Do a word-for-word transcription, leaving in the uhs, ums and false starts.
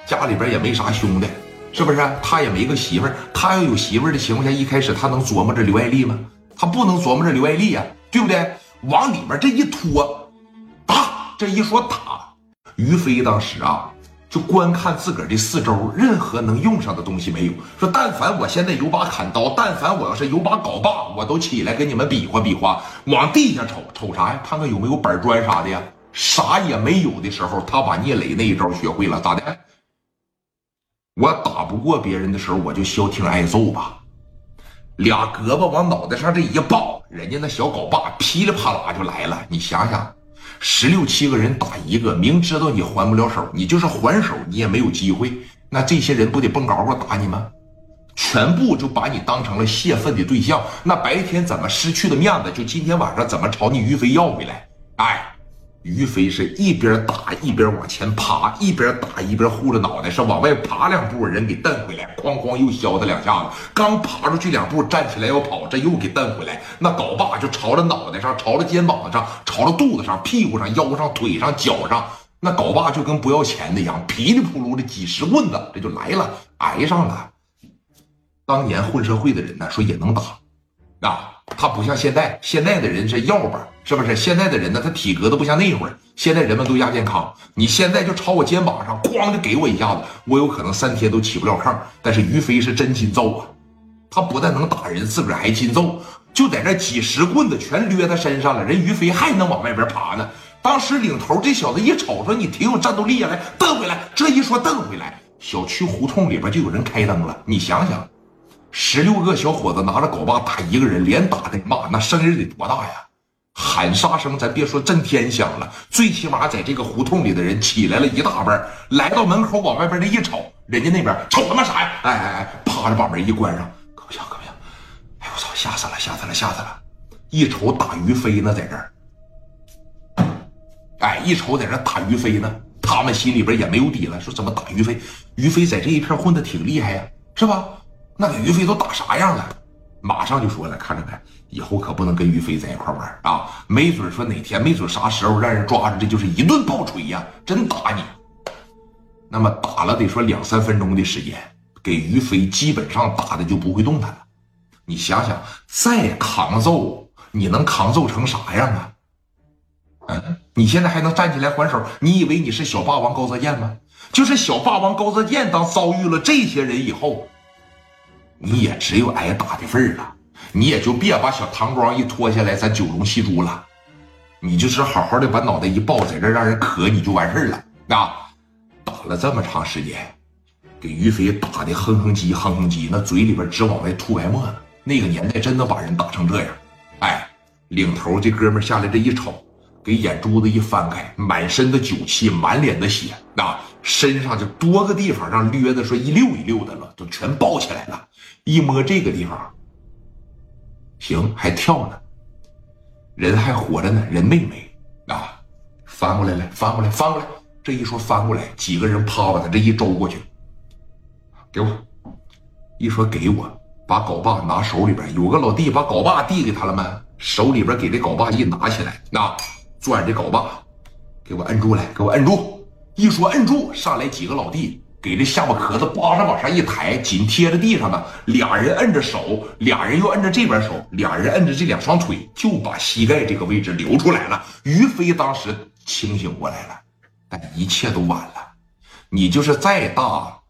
家里边也没啥兄弟，是不是？他也没个媳妇儿，他要有媳妇儿的情况下，一开始他能琢磨着刘爱丽吗？他不能琢磨着刘爱丽呀、啊，对不对？往里面这一拖，打，这一说打，于飞当时啊。 就观看自个儿的四周，任何能用上的东西没有。说但凡我现在有把砍刀，但凡我要是有把镐把，我都起来跟你们比划比划。往地下瞅瞅啥呀？看看有没有板砖啥的呀？啥也没有的时候，他把聂磊那一招学会了，咋的？我打不过别人的时候，我就消停挨揍吧。俩胳膊往脑袋上这一抱，人家那小镐把噼里啪啦就来了。你想想。 十六七个人打一个，明知道你还不了手，你就是还手，你也没有机会。那这些人不得蹦高高打你吗？全部就把你当成了泄愤的对象。那白天怎么失去的面子，就今天晚上怎么朝你于飞要回来？哎，于飞是一边打一边往前爬，一边打一边护着脑袋，是往外爬两步，人给蹬回来，哐哐又削他两下子。刚爬出去两步，站起来要跑，这又给蹬回来。那镐把就朝着脑袋上，朝着肩膀上，朝着肚子上、屁股上、腰上、腿上、脚上。那镐把就跟不要钱的一样，噼里扑噜的几十棍子，这就来了，挨上了。当年混社会的人呢，说也能打，啊。 他不像现在，现在的人是要吧，是不是？现在的人呢，他体格都不像那会儿。现在人们都亚健康，你现在就朝我肩膀上哐就给我一下子，我有可能三天都起不了炕。但是于飞是真筋揍啊，他不但能打人，自个儿还筋揍，就在那几十棍子全掠他身上了，人于飞还能往外边爬呢。当时领头这小子一瞅说：“你挺有战斗力啊，来蹬回来。”这一说蹬回来，小区胡同里边就有人开灯了。你想想。 十六个小伙子拿着镐把打一个人，连打带骂，那声音得多大呀？喊杀声，咱别说震天响了，最起码在这个胡同里的人起来了一大半，来到门口往外边这一瞅，人家那边瞅他妈啥呀？哎哎哎，啪着把门一关上，可不行可不行！哎我操，吓死了吓死了吓死了！一瞅打于飞呢，在这儿，哎，一瞅在这打于飞呢，他们心里边也没有底了，说怎么打于飞？于飞在这一片混的挺厉害呀，是吧？ 那给于飞都打啥样了？马上就说了，看着看，以后可不能跟于飞在一块玩啊！没准说哪天，没准啥时候让人抓着，这就是一顿暴锤呀，真打你。那么打了得说两三分钟的时间，给于飞基本上打的就不会动弹了。你想想，再扛揍，你能扛揍成啥样啊？嗯，你现在还能站起来还手？你以为你是小霸王高泽健吗？就是小霸王高泽健，当遭遇了这些人以后。 你也只有挨打的份儿了，你也就别把小唐装一脱下来，咱九龙戏珠了，你就是好好的把脑袋一抱，在这让人磕你就完事儿了啊！打了这么长时间，给于飞打的哼哼唧哼哼唧，那嘴里边直往外吐白沫呢。那个年代真能把人打成这样，哎，领头这哥们下来这一瞅，给眼珠子一翻开，满身的酒气，满脸的血，啊，身上就多个地方让掠的说一溜一溜的了，都全抱起来了。 一摸这个地方，行，还跳呢，人还活着呢，人没没啊！翻过来了，翻过来，翻过来。这一说翻过来，几个人啪把他这一周过去，给我。一说给我，把镐把拿手里边，有个老弟把镐把递给他了吗？手里边给这镐把一拿起来，那攥这镐把，给我摁住来，给我摁住。一说摁住，上来几个老弟。 给这下巴壳子扒着往上一抬，紧贴着地上呢。俩人摁着手，俩人又摁着这边手，俩人摁着这两双腿，就把膝盖这个位置留出来了。于飞当时清醒过来了，但一切都晚了。你就是再大